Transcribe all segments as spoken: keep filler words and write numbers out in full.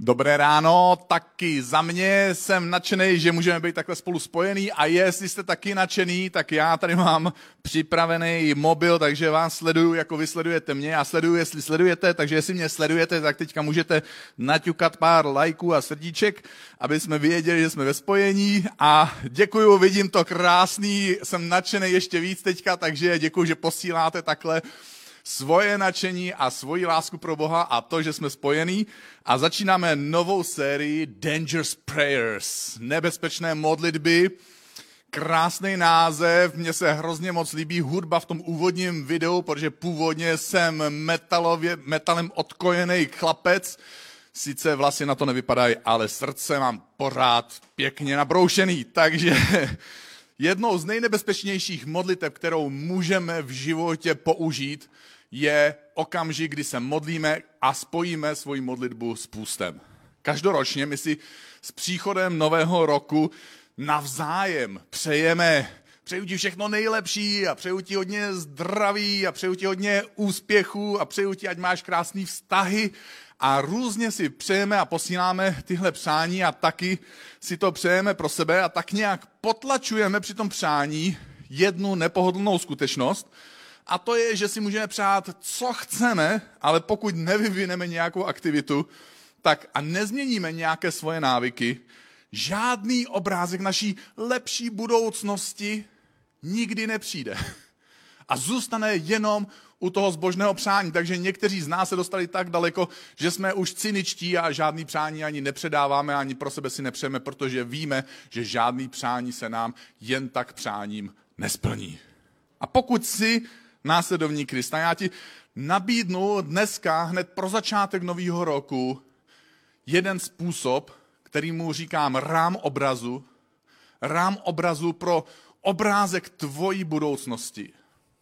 Dobré ráno, taky za mě jsem nadšený, že můžeme být takhle spolu spojený a jestli jste taky nadšený, tak já tady mám připravený mobil, takže vás sleduju, jako vy sledujete mě, já sleduju, jestli sledujete, takže jestli mě sledujete, tak teďka můžete naťukat pár lajků a srdíček, aby jsme věděli, že jsme ve spojení a děkuju, vidím to krásný, jsem nadšený ještě víc teďka, takže děkuju, že posíláte takhle svoje nadšení a svoji lásku pro Boha a to, že jsme spojení. A začínáme novou sérii Dangerous Prayers, nebezpečné modlitby. Krásný název, mně se hrozně moc líbí hudba v tom úvodním videu, protože původně jsem metalově, metalem odkojený chlapec. Sice vlasy na to nevypadají, ale srdce mám pořád pěkně nabroušený, takže jednou z nejnebezpečnějších modlitev, kterou můžeme v životě použít, je okamžik, kdy se modlíme a spojíme svoji modlitbu s půstem. Každoročně my si s příchodem nového roku navzájem přejeme, přeju ti všechno nejlepší a přeju ti hodně zdraví a přeju ti hodně úspěchů a přeju ti, ať máš krásný vztahy a různě si přejeme a posíláme tyhle přání a taky si to přejeme pro sebe a tak nějak potlačujeme při tom přání jednu nepohodlnou skutečnost a to je, že si můžeme přát, co chceme, ale pokud nevyvineme nějakou aktivitu tak a nezměníme nějaké svoje návyky, žádný obrázek naší lepší budoucnosti nikdy nepřijde. A zůstane jenom u toho zbožného přání. Takže někteří z nás se dostali tak daleko, že jsme už cyničtí a žádný přání ani nepředáváme, ani pro sebe si nepřejeme, protože víme, že žádný přání se nám jen tak přáním nesplní. A pokud jsi následovník Krista, já ti nabídnu dneska hned pro začátek nového roku jeden způsob, kterýmu říkám rám obrazu, rám obrazu pro obrázek tvojí budoucnosti,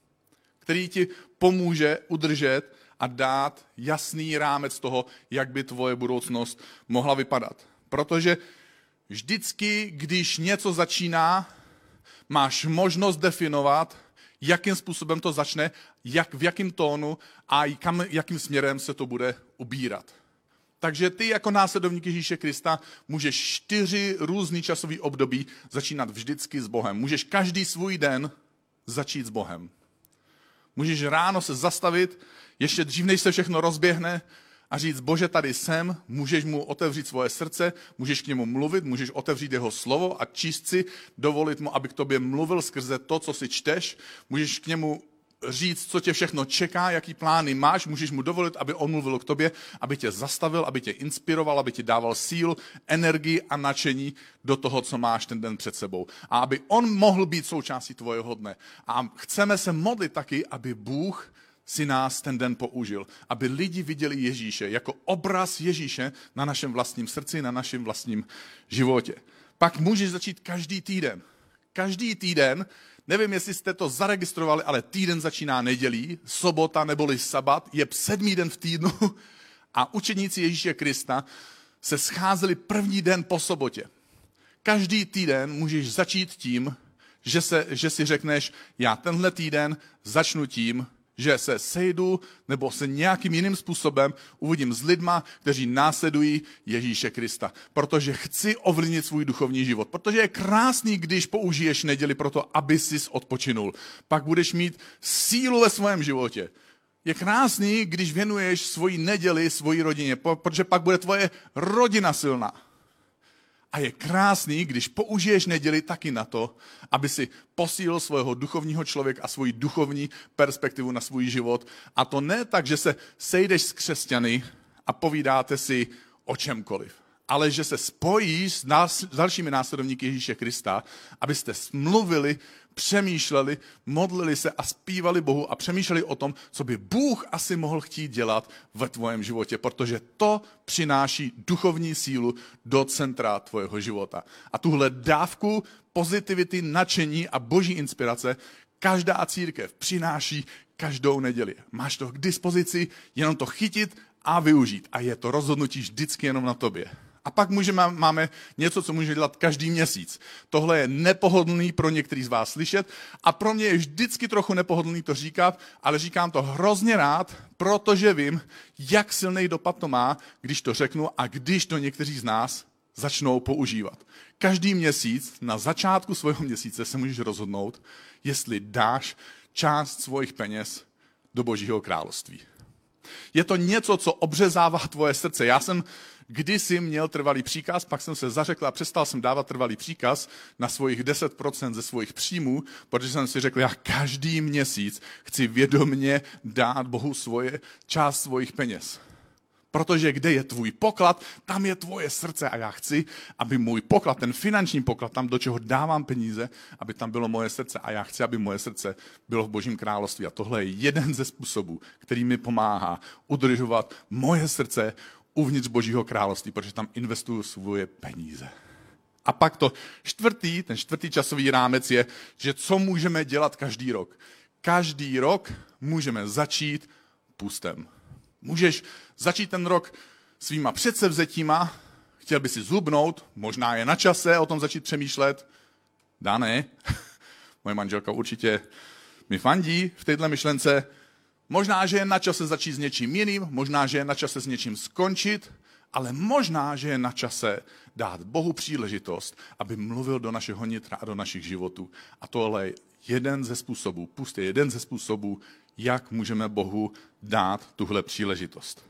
který ti pomůže udržet a dát jasný rámec toho, jak by tvoje budoucnost mohla vypadat. Protože vždycky, když něco začíná, máš možnost definovat, jakým způsobem to začne, jak, v jakém tónu a kam, jakým směrem se to bude ubírat. Takže ty jako následovník Ježíše Krista můžeš čtyři různý časový období začínat vždycky s Bohem. Můžeš každý svůj den začít s Bohem. Můžeš ráno se zastavit, ještě dřív, než se všechno rozběhne a říct, Bože, tady jsem, můžeš mu otevřít svoje srdce, můžeš k němu mluvit, můžeš otevřít jeho slovo a číst si, dovolit mu, aby k tobě mluvil skrze to, co si čteš, můžeš k němu říct, co tě všechno čeká, jaký plány máš, můžeš mu dovolit, aby on mluvil k tobě, aby tě zastavil, aby tě inspiroval, aby ti dával sílu, energii a nadšení do toho, co máš ten den před sebou. A aby on mohl být součástí tvojeho dne. A chceme se modlit taky, aby Bůh si nás ten den použil, aby lidi viděli Ježíše jako obraz Ježíše na našem vlastním srdci, na našem vlastním životě. Pak můžeš začít každý týden. Každý týden, nevím, jestli jste to zaregistrovali, ale týden začíná nedělí, sobota neboli sabat, je sedmý den v týdnu a učedníci Ježíše Krista se scházeli první den po sobotě. Každý týden můžeš začít tím, že, se, že si řekneš, já tenhle týden začnu tím, že se sejdu nebo se nějakým jiným způsobem uvidím s lidma, kteří následují Ježíše Krista. Protože chci ovlivnit svůj duchovní život. Protože je krásný, když použiješ neděli pro to, aby sis odpočinul. Pak budeš mít sílu ve svém životě. Je krásný, když věnuješ svoji neděli svojí rodině, protože pak bude tvoje rodina silná. A je krásný, když použiješ neděli taky na to, aby si posílil svého duchovního člověka a svoji duchovní perspektivu na svůj život. A to ne tak, že se sejdeš s křesťany a povídáte si o čemkoliv, ale že se spojíš s, nás, s dalšími následovníky Ježíše Krista, abyste mluvili, přemýšleli, modlili se a zpívali Bohu a přemýšleli o tom, co by Bůh asi mohl chtít dělat ve tvém životě, protože to přináší duchovní sílu do centra tvého života. A tuhle dávku pozitivity, nadšení a boží inspirace každá církev přináší každou neděli. Máš to k dispozici, jenom to chytit a využít. A je to rozhodnutí vždycky jenom na tobě. A pak můžeme, máme něco, co můžeme dělat každý měsíc. Tohle je nepohodlný pro některý z vás slyšet a pro mě je vždycky trochu nepohodlný to říkat, ale říkám to hrozně rád, protože vím, jak silný dopad to má, když to řeknu a když to někteří z nás začnou používat. Každý měsíc, na začátku svého měsíce se můžeš rozhodnout, jestli dáš část svých peněz do Božího království. Je to něco, co obřezává tvoje srdce. Já jsem kdysi měl trvalý příkaz, pak jsem se zařekl a přestal jsem dávat trvalý příkaz na svojich deset procent ze svých příjmů, protože jsem si řekl, já každý měsíc chci vědomě dát Bohu svoje část svojich peněz. Protože kde je tvůj poklad, tam je tvoje srdce a já chci, aby můj poklad, ten finanční poklad, tam do čeho dávám peníze, aby tam bylo moje srdce a já chci, aby moje srdce bylo v Božím království. A tohle je jeden ze způsobů, který mi pomáhá udržovat moje srdce uvnitř Božího království, protože tam investuju svoje peníze. A pak to čtvrtý, ten čtvrtý časový rámec je, že co můžeme dělat každý rok. Každý rok můžeme začít půstem. Můžeš začít ten rok svýma předsevzetíma, chtěl by si zhubnout, možná je na čase o tom začít přemýšlet. Dá ne, moje manželka určitě mi fandí v této myšlence. Možná, že je na čase začít s něčím jiným, možná, že je na čase s něčím skončit, ale možná, že je na čase dát Bohu příležitost, aby mluvil do našeho nitra a do našich životů. A tohle je jeden ze způsobů, půst je jeden ze způsobů, jak můžeme Bohu dát tuhle příležitost.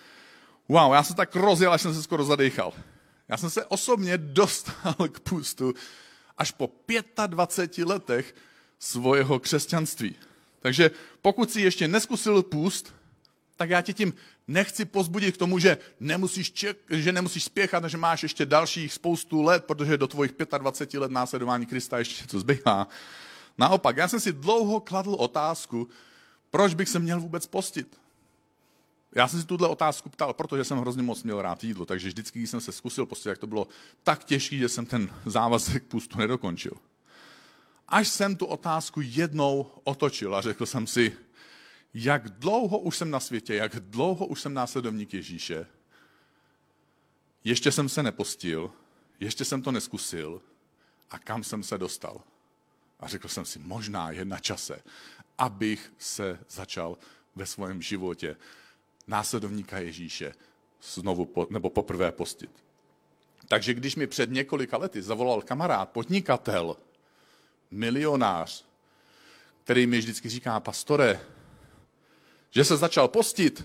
Wow, já jsem tak rozjel, až jsem se skoro zadechal. Já jsem se osobně dostal k půstu až po dvaceti pěti letech svého křesťanství. Takže pokud si ještě neskusil půst, tak já tě tím nechci pozbudit k tomu, že nemusíš, ček, že nemusíš spěchat, že máš ještě dalších spoustu let, protože do tvojich dvaceti pěti let následování Krista ještě něco zbývá. Naopak, já jsem si dlouho kladl otázku, proč bych se měl vůbec postit. Já jsem si tuhle otázku ptal, protože jsem hrozně moc měl rád jídlo, takže vždycky, když jsem se zkusil postit, jak to bylo tak těžké, že jsem ten závazek půstu nedokončil. Až jsem tu otázku jednou otočil a řekl jsem si, jak dlouho už jsem na světě, jak dlouho už jsem následovník Ježíše. Ještě jsem se nepostil, ještě jsem to neskusil a kam jsem se dostal. A řekl jsem si, možná je na čase, abych se začal ve svém životě následovníka Ježíše znovu po, nebo poprvé postit. Takže když mi před několika lety zavolal kamarád, podnikatel, milionář, který mi vždycky říká, pastore, že se začal postit,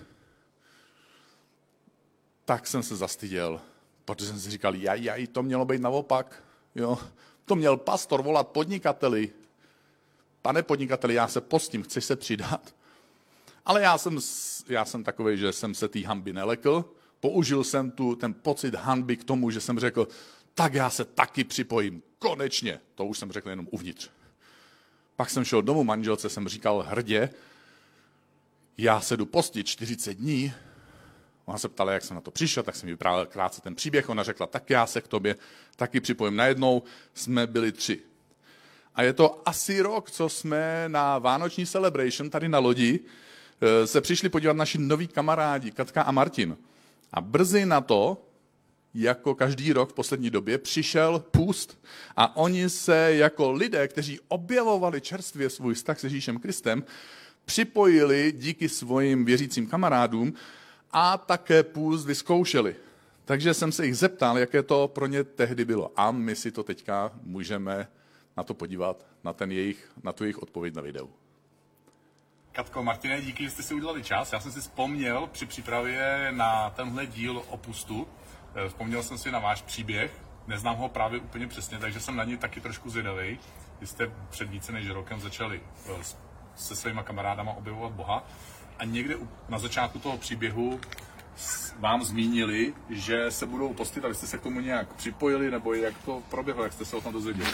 tak jsem se zastyděl, protože jsem si říkal, jaj, jaj, to mělo být naopak. Jo? To měl pastor volat podnikateli. Pane podnikateli, já se postím, chceš se přidat? Ale já jsem, já jsem takovej, že jsem se té hanby nelekl. Použil jsem tu, ten pocit hanby k tomu, že jsem řekl, tak já se taky připojím. Konečně. To už jsem řekl jenom uvnitř. Pak jsem šel domů manželce, jsem říkal hrdě, já se jdu postit čtyřicet dní. Ona se ptala, jak jsem na to přišel, tak jsem jí vyprávěl krátce ten příběh. Ona řekla, tak já se k tobě taky připojím. Najednou jsme byli tři. A je to asi rok, co jsme na vánoční celebration tady na lodi se přišli podívat naši noví kamarádi, Katka a Martin. A brzy na to, jako každý rok v poslední době, přišel půst a oni se jako lidé, kteří objevovali čerstvě svůj vztah s Ježíšem Kristem, připojili díky svým věřícím kamarádům a také půst vyzkoušeli. Takže jsem se jich zeptal, jaké to pro ně tehdy bylo. A my si to teďka můžeme na to podívat, na, ten jejich, na tu jejich odpověď na videu. Katko, Martine, díky, že jste si udělali čas. Já jsem si vzpomněl při přípravě na tenhle díl o pustu. Vzpomněl jsem si na váš příběh. Neznám ho právě úplně přesně, takže jsem na něj taky trošku zvědavý. Vy jste před více než rokem začali se svýma kamarádama objevovat Boha. A někde na začátku toho příběhu vám zmínili, že se budou postit a vy jste se k tomu nějak připojili, nebo jak to proběhlo, jak jste se o tom dozvěděli?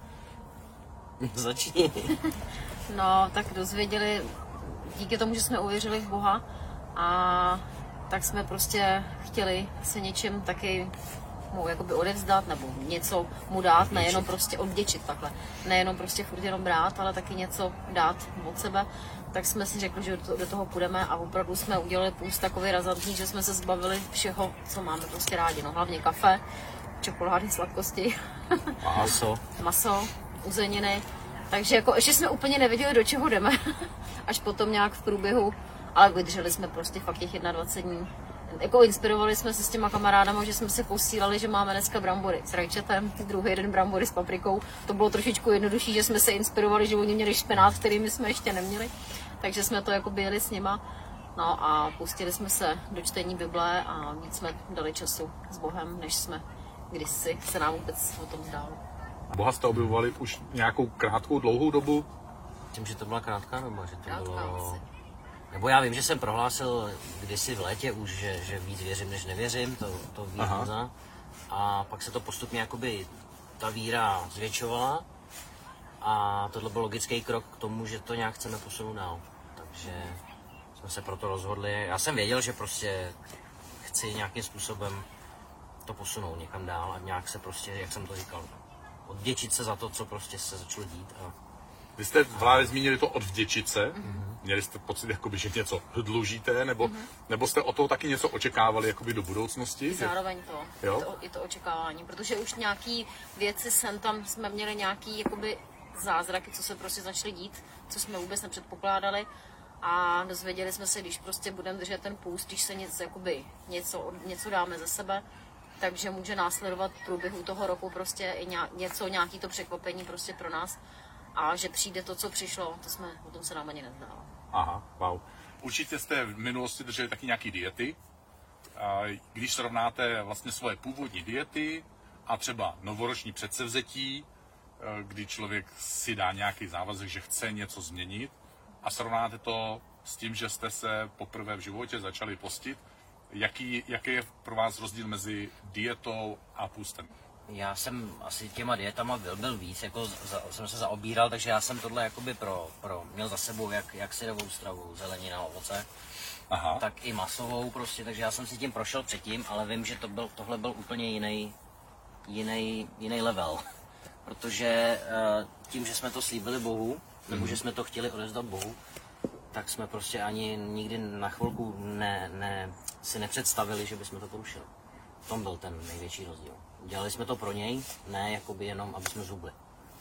Začni. No, tak dozvěděli díky tomu, že jsme uvěřili v Boha a tak jsme prostě chtěli se něčím taky mu jakoby odevzdat nebo něco mu dát, nejenom prostě odděčit takhle. Nejenom prostě furt jenom brát, ale taky něco dát od sebe. Tak jsme si řekli, že do toho půjdeme a opravdu jsme udělali půst takový razantní, že jsme se zbavili všeho, co máme prostě rádi. No hlavně kafe, čokolády, sladkosti, maso, maso, uzeniny. Takže jako ještě jsme úplně nevěděli, do čeho jdeme. Až potom nějak v průběhu, ale vydrželi jsme prostě fakt těch dvacet jedna dní. Jako inspirovali jsme se s těma kamarádama, že jsme se posílali, že máme dneska brambory s rajčatem, druhý den brambory s paprikou. To bylo trošičku jednodušší, že jsme se inspirovali, že oni měli špenát, který my jsme ještě neměli. Takže jsme to jako byli s nima. No a pustili jsme se do čtení Bible a víc jsme dali času s Bohem, než jsme kdysi se nám vůbec o tom zdálo. Boha jste objevovali už nějakou krátkou, dlouhou dobu? Myslím, že to byla krátká doba, že to Krátká bylo... asi. Nebo já vím, že jsem prohlásil kdysi v létě už, že, že víc věřím, než nevěřím, to, to ví Honza. A pak se to postupně jakoby ta víra zvětšovala a tohle byl logický krok k tomu, že to nějak chceme posunout dál. Takže jsme se proto rozhodli. Já jsem věděl, že prostě chci nějakým způsobem to posunout někam dál a nějak se prostě, jak jsem to říkal, odděčit se za to, co prostě se začalo dít. A... Vy jste v hlavě zmínili to odvděčit se. Mm-hmm. Měli jste pocit, jakoby, že něco dlužíte, nebo, mm-hmm. nebo jste o toho taky něco očekávali jakoby do budoucnosti? Zároveň to, jo? Je to, je to očekávání, protože už nějaký věci sem tam jsme měli nějaký jakoby zázraky, co se prostě začaly dít, co jsme vůbec nepředpokládali a dozvěděli jsme se, když prostě budeme držet ten půst, když se něco, jakoby, něco, něco dáme ze sebe, takže může následovat v průběhu toho roku prostě i něco, nějaký to překvapení prostě pro nás. A že přijde to, co přišlo, to jsme, o tom se nám ani nezdálo. Aha, wow. Určitě jste v minulosti drželi taky nějaký diety. Když srovnáte vlastně svoje původní diety a třeba novoroční předsevzetí, kdy člověk si dá nějaký závazek, že chce něco změnit a srovnáte to s tím, že jste se poprvé v životě začali postit, jaký, jaký je pro vás rozdíl mezi dietou a půstem? Já jsem asi těma dietama byl, byl víc, jako za, jsem se zaobíral, takže já jsem tohle jakoby pro, pro měl za sebou jak, jak syrovou stravu, zelenina, ovoce, Aha. tak i masovou prostě, takže já jsem si tím prošel předtím, ale vím, že to byl, tohle byl úplně jiný, jiný, jiný level, protože tím, že jsme to slíbili Bohu, nebo že jsme to chtěli odevzdat Bohu, tak jsme prostě ani nikdy na chvilku ne, ne, si nepředstavili, že bychom to porušili. V tom byl ten největší rozdíl. Dělali jsme to pro něj, ne jakoby jenom, aby jsme zhubli.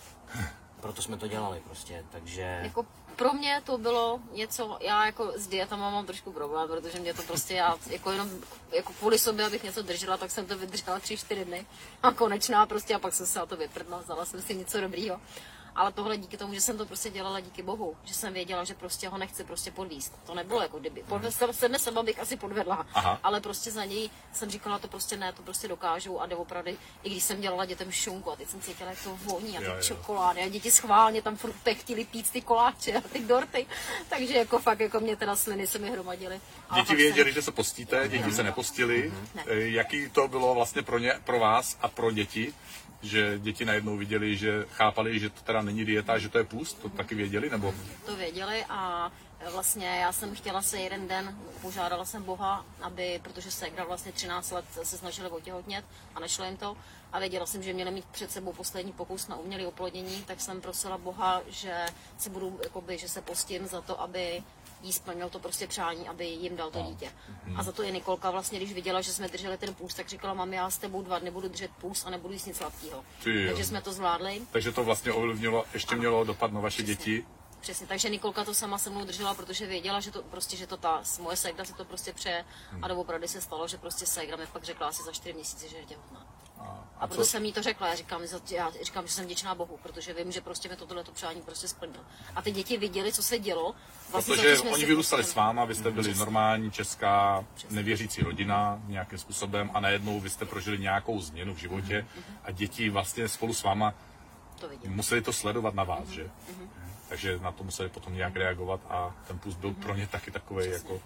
Proto jsme to dělali prostě, takže... Jako pro mě to bylo něco, já jako s dietama mám trošku problém, protože mě to prostě, já jako jenom jako kvůli sobě, abych něco držela, tak jsem to vydržela tři, čtyři dny a konečná prostě a pak jsem se na to vyprdla, vzala jsem si něco dobrýho. Ale tohle díky tomu, že jsem to prostě dělala díky Bohu, že jsem věděla, že prostě ho nechci prostě podvíst. To nebylo jako kdyby. Podvedla jsem sama bych asi podvedla, Aha. ale prostě za něj jsem říkala, to prostě ne, to prostě dokážu a doopravdy, i když jsem dělala dětem šunku a teď jsem cítila, jak to voní a ty jo, jo. čokolády a děti schválně tam furt chtěli pít ty koláče a ty dorty. Takže jako fakt jako mě teda sliny se mi hromadily. Děti věděli, jsem... že se postíte, děti se nepostily. Ne. Jaký to bylo vlastně pro ně, pro vás a pro děti? Že děti najednou viděli, že chápali, že to teda není dieta, že to je půst, to taky věděli, nebo? To věděli a vlastně já jsem chtěla se jeden den, požádala jsem Boha, aby, protože ségra vlastně třináct let se snažili otěhotnět a nešlo jim to a věděla jsem, že měli mít před sebou poslední pokus na umělé oplodnění, tak jsem prosila Boha, že si budu, jakoby, že se postím za to, aby jí splnil to prostě přání, aby jim dal to dítě. A za to i Nikolka vlastně, když viděla, že jsme drželi ten půst, tak říkala, mami, já s tebou dva dny budu držet půst a nebudu jíst nic sladkého. Takže jsme to zvládli. Takže to vlastně ovlivnilo, ještě ano. mělo dopad na vaše Přesně. děti. Přesně, takže Nikolka to sama se mnou držela, protože věděla, že to prostě, že to ta moje ségra si to prostě přeje hmm. a doopravdy se stalo, že prostě ségra mi pak řekla asi za čtyři měsíce, že je těhotná. A, a, a proto co? jsem jí to řekla, já říkám, já říkám, že jsem vděčná Bohu, protože vím, že prostě mi tohleto přání prostě splnil. A ty děti viděli, co se dělo. Vlastně protože oni vyrůstali s váma, vy jste byli normální česká nevěřící rodina nějakým způsobem a najednou vy jste prožili nějakou změnu v životě mm-hmm. a děti vlastně spolu s váma to museli to sledovat na vás, mm-hmm. že? Mm-hmm. Takže na to museli potom nějak reagovat a ten půst byl mm-hmm. pro ně taky takovej jako...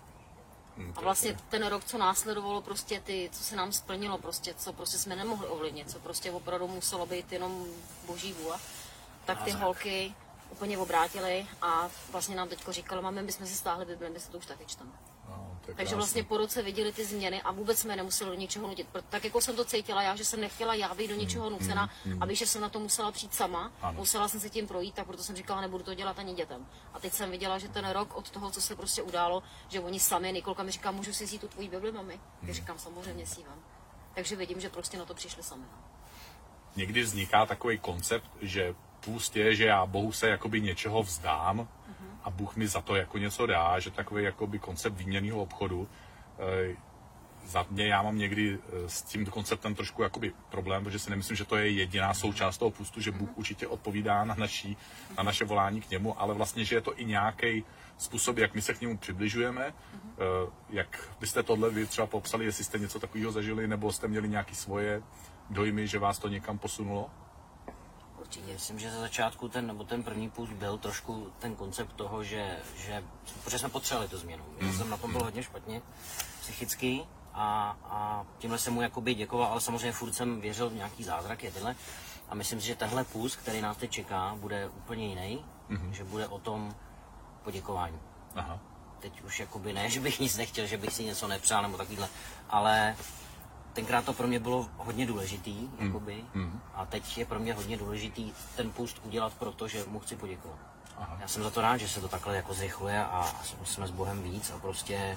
A vlastně ten rok, co následovalo, prostě ty, co se nám splnilo, prostě, co prostě jsme nemohli ovlivnit, co prostě opravdu muselo být jenom boží vůle, tak ty holky úplně obrátili a vlastně nám teďko říkali, máme, my jsme si stáhli Bibli, my se to už taky čteme. No, tak Takže vlastně po roce viděli ty změny a vůbec jsme nemuseli do ničeho nutit. Tak jako jsem to cítila já, že jsem nechtěla já být do ničeho nucena, mm, mm. a víš, že jsem na to musela přijít sama, ano. musela jsem se tím projít, tak proto jsem říkala, nebudu to dělat ani dětem. A teď jsem viděla, že ten rok od toho, co se prostě událo, že oni sami, Nikolka mi říká, můžu si vzít tu tvoji Bibli, mami? Mm. Já říkám, samozřejmě si vám. Takže vidím, že prostě na to přišli sami. Někdy vzniká takový koncept, že půst je, že já Bohu se jakoby něčeho vzdám uh-huh. a Bůh mi za to jako něco dá, že takový jakoby koncept výměnného obchodu. E, za mě já mám někdy s tím konceptem trošku jakoby problém, protože si nemyslím, že to je jediná součást toho půstu, že Bůh určitě odpovídá na, naší, na naše volání k němu, ale vlastně, že je to i nějaký způsob, jak my se k němu přibližujeme. Uh-huh. E, jak byste tohle vy třeba popsali, jestli jste něco takového zažili, nebo jste měli nějaké svoje dojmy, že vás to někam posunulo? Určitě. Myslím, že za začátku ten, nebo ten první půst byl trošku ten koncept toho, že, že protože jsme potřebovali tu změnu. Já mm. jsem na tom byl hodně špatně, psychicky, a, a tímhle jsem mu jakoby děkoval, ale samozřejmě furt jsem věřil v nějaký zázraky a tyhle. A myslím si, že tenhle půst, který nás teď čeká, bude úplně jiný, mm. že bude o tom poděkování. Aha. Teď už jakoby ne, že bych nic nechtěl, že bych si něco nepřál nebo takovýhle, ale tenkrát to pro mě bylo hodně důležitý, mm. jakoby, mm. a teď je pro mě hodně důležitý ten půst udělat, protože mu chci poděkovat. Aha. Já jsem za to rád, že se to takhle jako zrychluje a jsme s Bohem víc a prostě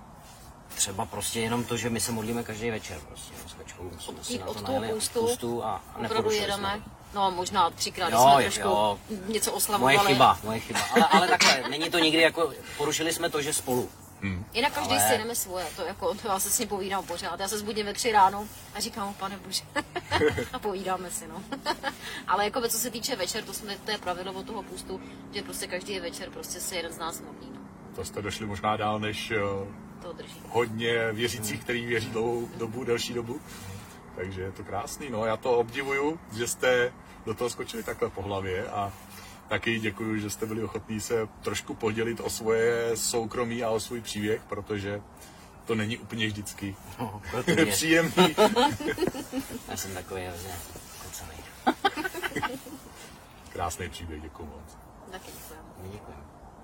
třeba prostě jenom to, že my se modlíme každý večer prostě, s Kačkou jsme si na to najeli půstu a neporušili jsme. No možná třikrát, když jsme trošku jo. něco oslavovali. Moje chyba, moje chyba, ale, ale takhle, není to nikdy jako, porušili jsme to, že spolu. Hmm. Jinak každý ale... si jdeme svoje, to jako, to já se s ním povídám pořád, já se zbudím ve tři ráno a říkám mu, pane bože, a povídáme si, no. Ale jako co se týče večer, to, jsme, to je pravidlo od toho půstu, že prostě každý je večer, prostě se jeden z nás modlí, no. To jste došli možná dál než to hodně věřících, hmm. který věří dlouhou dobu, delší dobu, takže je to krásný, no, já to obdivuju, že jste do toho skočili takhle po hlavě a taky děkuji, že jste byli ochotní se trošku podělit o svoje soukromí a o svůj příběh, protože to není úplně vždycky no, příjemný. Já jsem takový hodně kocený. Krásný příběh, děkuji moc. Taky děkuji. Děkuji.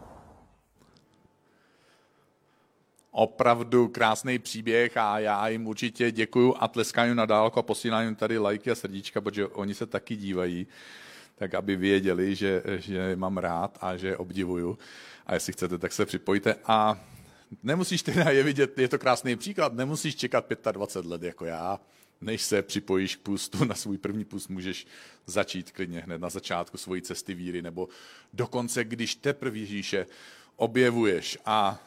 Opravdu krásný příběh a já jim určitě děkuju a tleskám jim na dálku a posílám jim tady lajky a srdíčka, protože oni se taky dívají, tak aby věděli, že, že mám rád a že obdivuju. A jestli chcete, tak se připojte. A nemusíš teda je vidět, je to krásný příklad, nemusíš čekat dvacet pět let jako já, než se připojíš k půstu, na svůj první půst můžeš začít klidně hned na začátku svojí cesty víry, nebo dokonce, když teprve Ježíše objevuješ. A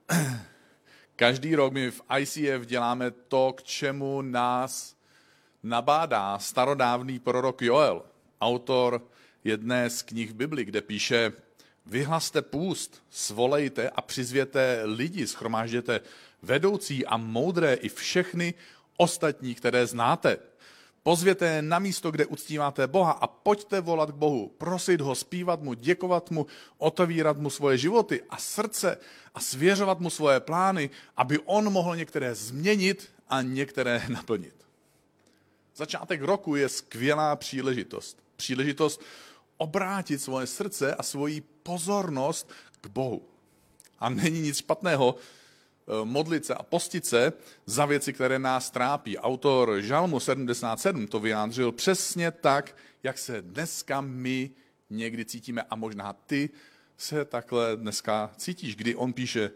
každý rok my v I C F děláme to, k čemu nás nabádá starodávný prorok Joel, autor jedné z knih v Bibli, kde píše: vyhlaste půst, svolejte a přizvěte lidi, shromážděte vedoucí a moudré i všechny ostatní, které znáte. Pozvěte na místo, kde uctíváte Boha a pojďte volat k Bohu, prosit ho, zpívat mu, děkovat mu, otevírat mu svoje životy a srdce a svěřovat mu svoje plány, aby on mohl některé změnit a některé naplnit. Začátek roku je skvělá příležitost. Příležitost obrátit svoje srdce a svoji pozornost k Bohu. A není nic špatného modlit se a postit se za věci, které nás trápí. Autor Žalmu sedmdesát sedm to vyjádřil přesně tak, jak se dneska my někdy cítíme a možná ty se takhle dneska cítíš, kdy on píše: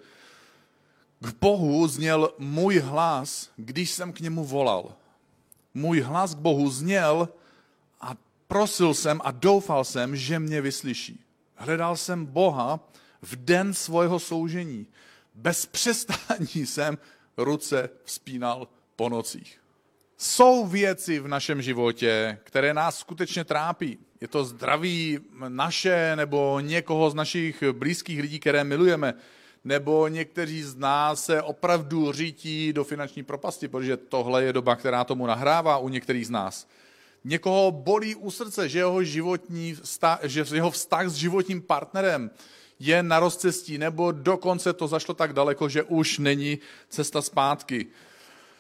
k Bohu zněl můj hlas, když jsem k němu volal. Můj hlas k Bohu zněl a prosil jsem a doufal jsem, že mě vyslyší. Hledal jsem Boha v den svého soužení. Bez přestání jsem ruce vzpínal po nocích. Jsou věci v našem životě, které nás skutečně trápí. Je to zdraví naše nebo někoho z našich blízkých lidí, které milujeme, nebo někteří z nás se opravdu řítí do finanční propasti, protože tohle je doba, která tomu nahrává u některých z nás. Někoho bolí u srdce, že jeho, životní vztah, že jeho vztah s životním partnerem je na rozcestí, nebo dokonce to zašlo tak daleko, že už není cesta zpátky.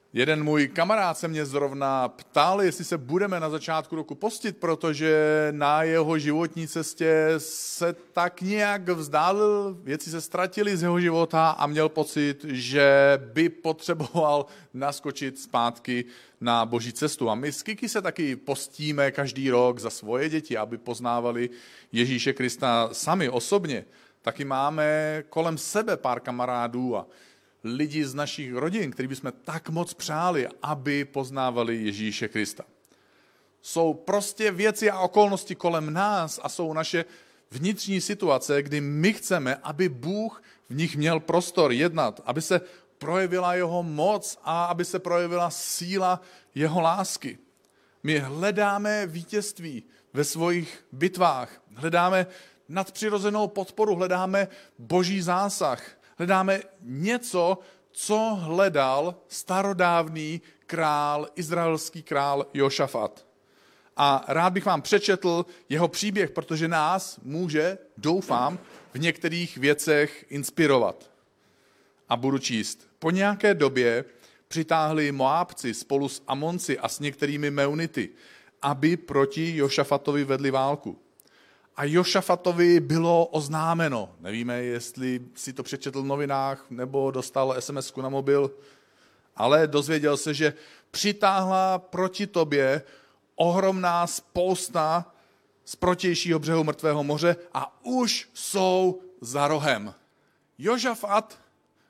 Jeden můj kamarád se mě zrovna ptal, jestli se budeme na začátku roku postit, protože na jeho životní cestě se tak nějak vzdálil, věci se ztratily z jeho života a měl pocit, že by potřeboval naskočit zpátky na Boží cestu. A my s Kiki se taky postíme každý rok za svoje děti, aby poznávali Ježíše Krista sami osobně. Taky máme kolem sebe pár kamarádů a lidi z našich rodin, který bychom tak moc přáli, aby poznávali Ježíše Krista. Jsou prostě věci a okolnosti kolem nás a jsou naše vnitřní situace, kdy my chceme, aby Bůh v nich měl prostor jednat, aby se projevila jeho moc a aby se projevila síla jeho lásky. My hledáme vítězství ve svých bitvách, hledáme nadpřirozenou podporu, hledáme Boží zásah, hledáme něco, co hledal starodávný král, izraelský král Jošafat. A rád bych vám přečetl jeho příběh, protože nás může, doufám, v některých věcech inspirovat. A budu číst. Po nějaké době přitáhli Moábci spolu s Amonci a s některými Meunity, aby proti Jošafatovi vedli válku. A Jošafatovi bylo oznámeno, nevíme, jestli si to přečetl v novinách nebo dostal es em esku na mobil, ale dozvěděl se, že přitáhla proti tobě ohromná spousta z protějšího břehu Mrtvého moře a už jsou za rohem. Jošafat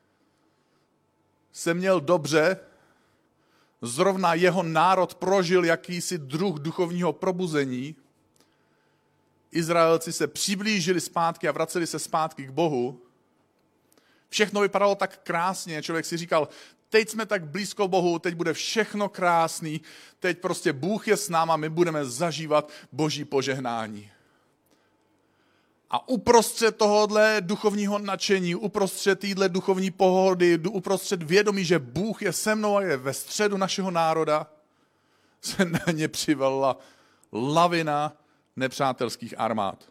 se měl dobře, zrovna jeho národ prožil jakýsi druh duchovního probuzení. Izraelci se přiblížili zpátky a vraceli se zpátky k Bohu. Všechno vypadalo tak krásně, člověk si říkal, teď jsme tak blízko Bohu, teď bude všechno krásný, teď prostě Bůh je s náma, my budeme zažívat Boží požehnání. A uprostřed tohohle duchovního nadšení, uprostřed téhle duchovní pohody, uprostřed vědomí, že Bůh je se mnou a je ve středu našeho národa, se na ně přivalila lavina nepřátelských armád.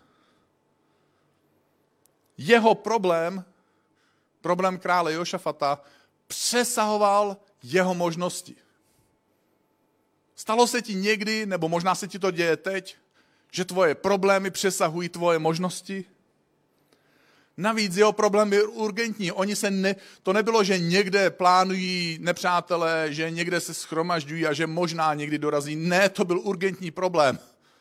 Jeho problém, problém krále Jošafata, přesahoval jeho možnosti. Stalo se ti někdy, nebo možná se ti to děje teď, že tvoje problémy přesahují tvoje možnosti? Navíc jeho problém byl urgentní. Oni se ne, to nebylo, že někde plánují nepřátelé, že někde se shromažďují a že možná někdy dorazí. Ne, to byl urgentní problém.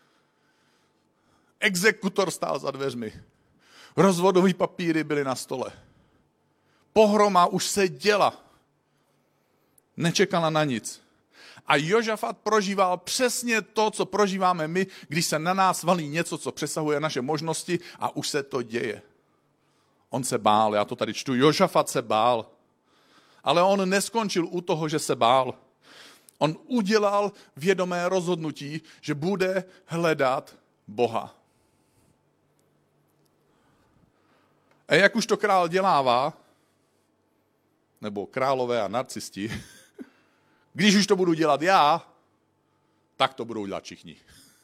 Exekutor stál za dveřmi. Rozvodové papíry byly na stole. Pohroma už se děla. Nečekala na nic. A Jošafat prožíval přesně to, co prožíváme my, když se na nás valí něco, co přesahuje naše možnosti a už se to děje. On se bál, já to tady čtu, Jošafat se bál. Ale on neskončil u toho, že se bál. On udělal vědomé rozhodnutí, že bude hledat Boha. A jak už to král dělává, nebo králové a narcisti, když už to budu dělat já, tak to budou dělat všichni.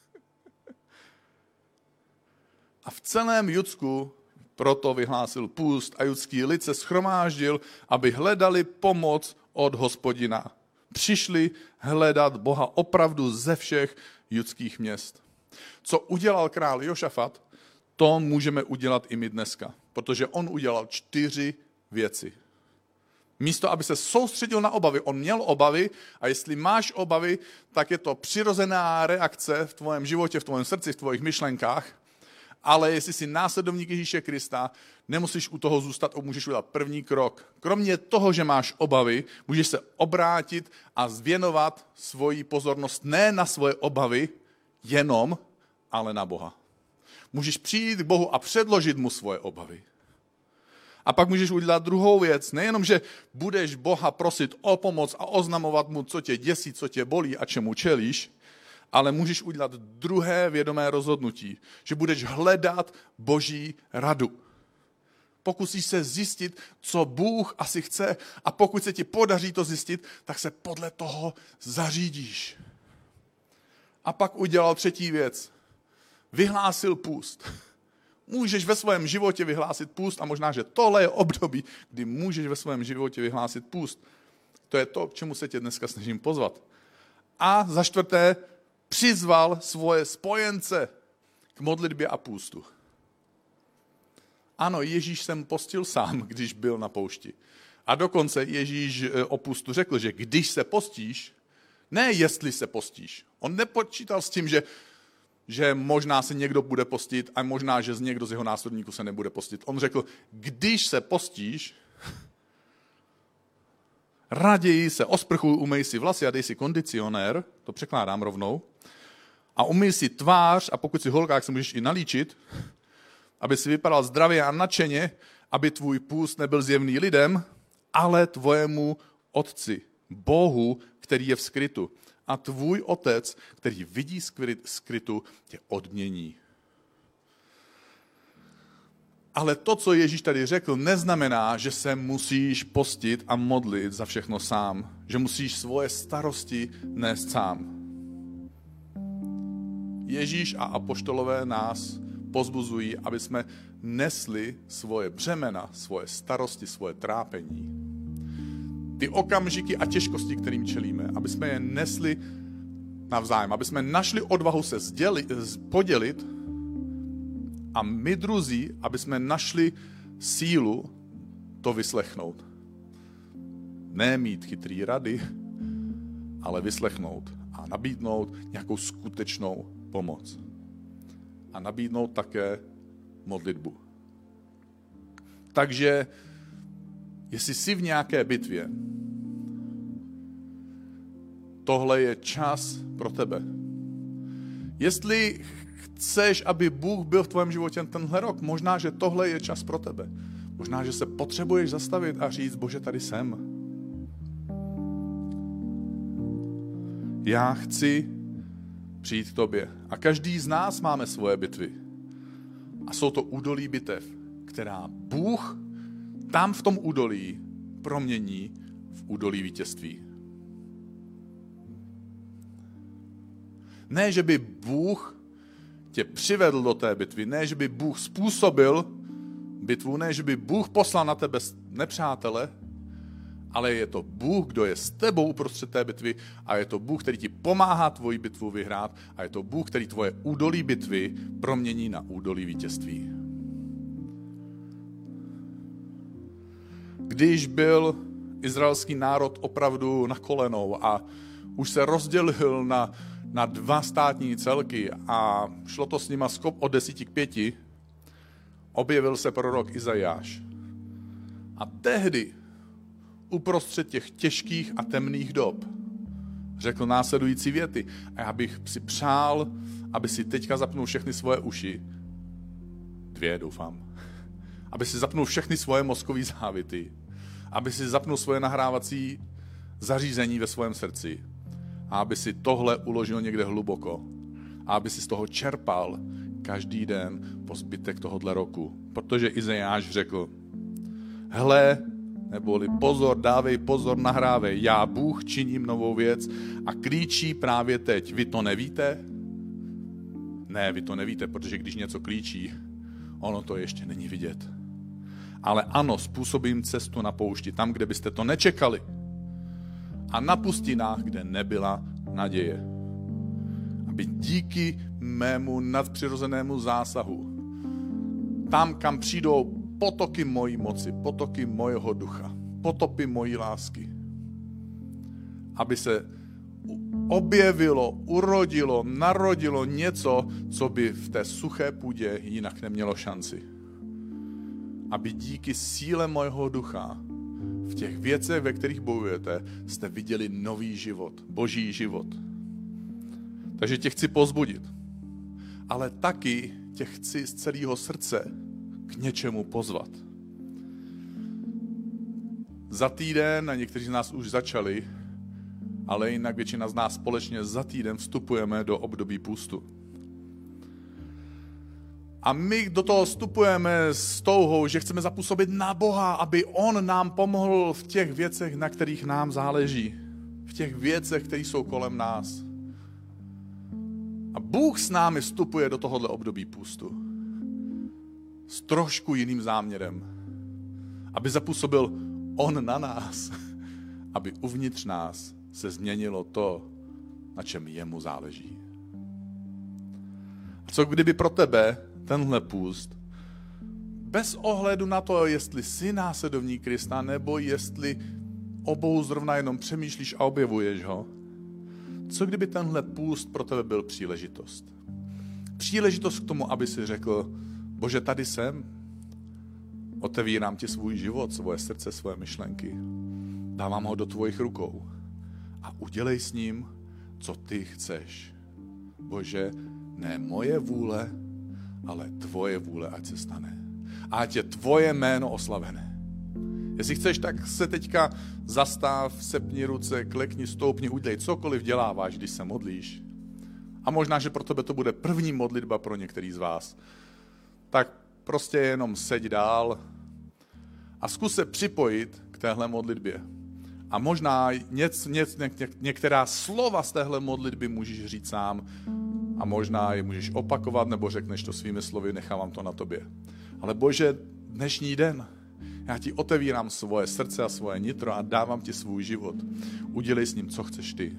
A v celém Judsku proto vyhlásil půst a judský lid se shromáždil, aby hledali pomoc od Hospodina. Přišli hledat Boha opravdu ze všech judských měst. Co udělal král Jošafat, to můžeme udělat i my dneska, protože on udělal čtyři věci. Místo, aby se soustředil na obavy, on měl obavy a jestli máš obavy, tak je to přirozená reakce v tvém životě, v tvém srdci, v tvojich myšlenkách, ale jestli jsi následovník Ježíše Krista, nemusíš u toho zůstat a můžeš udělat první krok. Kromě toho, že máš obavy, můžeš se obrátit a zvěnovat svoji pozornost ne na svoje obavy jenom, ale na Boha. Můžeš přijít k Bohu a předložit mu svoje obavy. A pak můžeš udělat druhou věc. Nejenom, že budeš Boha prosit o pomoc a oznamovat mu, co tě děsí, co tě bolí a čemu čelíš, ale můžeš udělat druhé vědomé rozhodnutí, že budeš hledat Boží radu. Pokusíš se zjistit, co Bůh asi chce a pokud se ti podaří to zjistit, tak se podle toho zařídíš. A pak udělal třetí věc. Vyhlásil půst. Můžeš ve svém životě vyhlásit půst a možná, že tohle je období, kdy můžeš ve svém životě vyhlásit půst. To je to, k čemu se tě dneska snažím pozvat. A za čtvrté, přizval svoje spojence k modlitbě a půstu. Ano, Ježíš sem postil sám, když byl na poušti. A dokonce Ježíš o půstu řekl, že když se postíš, ne jestli se postíš. On nepočítal s tím, že, že možná se někdo bude postit a možná, že z někdo z jeho následníků se nebude postit. On řekl, když se postíš, raději se osprchuj, umej si vlasy a dej si kondicionér, to překládám rovnou, a umyj si tvář a pokud si holkák se můžeš i nalíčit, aby si vypadal zdravě a nadšeně, aby tvůj půst nebyl zjevný lidem, ale tvojemu otci, Bohu, který je v skrytu. A tvůj otec, který vidí skrytu, tě odmění. Ale to, co Ježíš tady řekl, neznamená, že se musíš postit a modlit za všechno sám. Že musíš svoje starosti nést sám. Ježíš a apoštolové nás pozbuzují, aby jsme nesli svoje břemena, svoje starosti, svoje trápení. Ty okamžiky a těžkosti, kterým čelíme, aby jsme je nesli navzájem, aby jsme našli odvahu se sděli, podělit a my druzí, aby jsme našli sílu to vyslechnout. Ne mít chytrý rady, ale vyslechnout a nabídnout nějakou skutečnou pomoc. A nabídnout také modlitbu. Takže, jestli jsi v nějaké bitvě, tohle je čas pro tebe. Jestli chceš, aby Bůh byl v tvém životě tenhle rok, možná, že tohle je čas pro tebe. Možná, že se potřebuješ zastavit a říct, Bože, tady jsem. Já chci přijít k tobě. A každý z nás máme svoje bitvy. A jsou to údolí bitev, která Bůh tam v tom údolí promění v údolí vítězství. Ne, že by Bůh tě přivedl do té bitvy, ne, že by Bůh způsobil bitvu, ne, že by Bůh poslal na tebe nepřátele, ale je to Bůh, kdo je s tebou uprostřed té bitvy a je to Bůh, který ti pomáhá tvoji bitvu vyhrát a je to Bůh, který tvoje údolí bitvy promění na údolí vítězství. Když byl izraelský národ opravdu na kolenou a už se rozdělil na, na dva státní celky a šlo to s nima skok od desíti k pěti, objevil se prorok Izajáš. A tehdy uprostřed těch těžkých a temných dob řekl následující věty. A já bych si přál, aby si teďka zapnul všechny svoje uši. Dvě, doufám. Aby si zapnul všechny svoje mozkové závity. Aby si zapnul svoje nahrávací zařízení ve svém srdci. A aby si tohle uložil někde hluboko. A aby si z toho čerpal každý den po zbytek tohohle roku. Protože Izajáš řekl, hle, neboli pozor, dávej pozor, nahrávej, já Bůh činím novou věc a klíčí právě teď. Vy to nevíte? Ne, vy to nevíte, protože když něco klíčí, ono to ještě není vidět. Ale ano, způsobím cestu na poušti, tam, kde byste to nečekali. A na pustinách, kde nebyla naděje. Aby díky mému nadpřirozenému zásahu, tam, kam přijdou potoky mojí moci, potoky mojeho ducha, potopy mojí lásky. Aby se objevilo, urodilo, narodilo něco, co by v té suché půdě jinak nemělo šanci. Aby díky síle mojeho ducha v těch věcech, ve kterých bojujete, jste viděli nový život, boží život. Takže tě chci pozbudit. Ale taky tě chci z celého srdce k něčemu pozvat. Za týden, a někteří z nás už začali, ale jinak většina z nás společně za týden vstupujeme do období půstu. A my do toho vstupujeme s touhou, že chceme zapůsobit na Boha, aby On nám pomohl v těch věcech, na kterých nám záleží. V těch věcech, které jsou kolem nás. A Bůh s námi vstupuje do tohohle období půstu. S trošku jiným záměrem. Aby zapůsobil on na nás. aby uvnitř nás se změnilo to, na čem jemu záleží. A co kdyby pro tebe tenhle půst, bez ohledu na to, jestli jsi následovník Krista, nebo jestli obou zrovna jenom přemýšlíš a objevuješ ho, co kdyby tenhle půst pro tebe byl příležitost? Příležitost k tomu, aby si řekl, Bože, tady jsem, otevírám ti svůj život, svoje srdce, svoje myšlenky, dávám ho do tvojich rukou a udělej s ním, co ty chceš. Bože, ne moje vůle, ale tvoje vůle, ať se stane. A ať je tvoje jméno oslavené. Jestli chceš, tak se teďka zastav, sepni ruce, klekni, stoupni, udělej cokoliv děláváš, když se modlíš. A možná, že pro tebe to bude první modlitba pro některý z vás. Tak prostě jenom seď dál a zkus se připojit k téhle modlitbě. A možná něc, něc, ně, některá slova z téhle modlitby můžeš říct sám a možná je můžeš opakovat nebo řekneš to svými slovy, nechávám to na tobě. Ale Bože, dnešní den, já ti otevírám svoje srdce a svoje nitro a dávám ti svůj život. Udělej s ním, co chceš ty.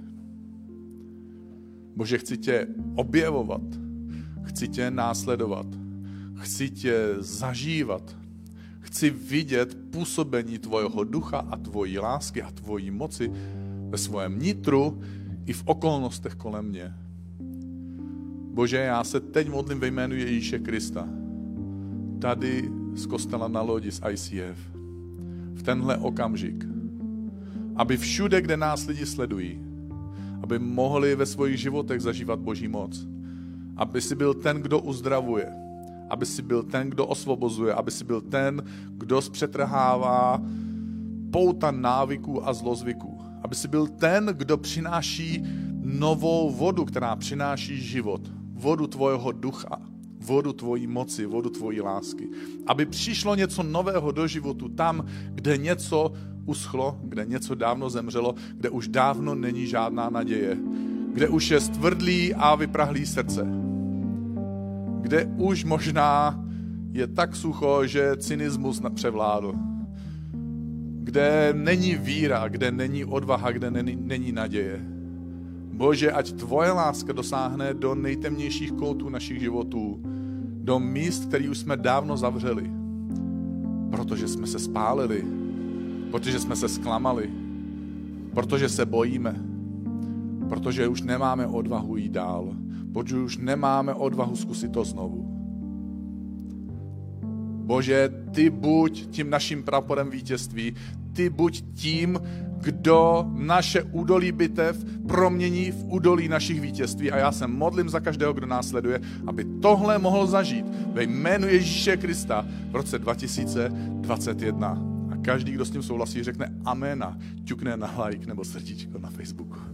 Bože, chci tě objevovat, chci tě následovat, chci tě zažívat, chci vidět působení tvojho ducha a tvojí lásky a tvojí moci ve svém nitru i v okolnostech kolem mě. Bože, já se teď modlím ve jménu Ježíše Krista. Tady z kostela na lodi z I C F. V tenhle okamžik. Aby všude, kde nás lidi sledují, aby mohli ve svých životech zažívat Boží moc. Aby si byl ten, kdo uzdravuje. Aby si byl ten, kdo osvobozuje. Aby si byl ten, kdo zpřetrhává pouta návyků a zlozvyků. Aby si byl ten, kdo přináší novou vodu, která přináší život. Vodu tvojho ducha. Vodu tvojí moci, vodu tvojí lásky. Aby přišlo něco nového do životu tam, kde něco uschlo, kde něco dávno zemřelo, kde už dávno není žádná naděje. Kde už je stvrdlý a vyprahlý srdce. Kde už možná je tak sucho, že cynismus převládl. Kde není víra, kde není odvaha, kde není, není naděje. Bože, ať tvoje láska dosáhne do nejtemnějších koutů našich životů, do míst, které už jsme dávno zavřeli, protože jsme se spálili, protože jsme se zklamali, protože se bojíme, protože už nemáme odvahu jít dál, protože už nemáme odvahu zkusit to znovu. Bože, ty buď tím naším praporem vítězství, ty buď tím, kdo naše údolí bitev promění v údolí našich vítězství. A já se modlím za každého, kdo nás sleduje, aby tohle mohl zažít ve jménu Ježíše Krista v roce dva tisíce dvacet jedna. A každý, kdo s tím souhlasí, řekne amen a ťukne na like nebo srdíčko na Facebooku.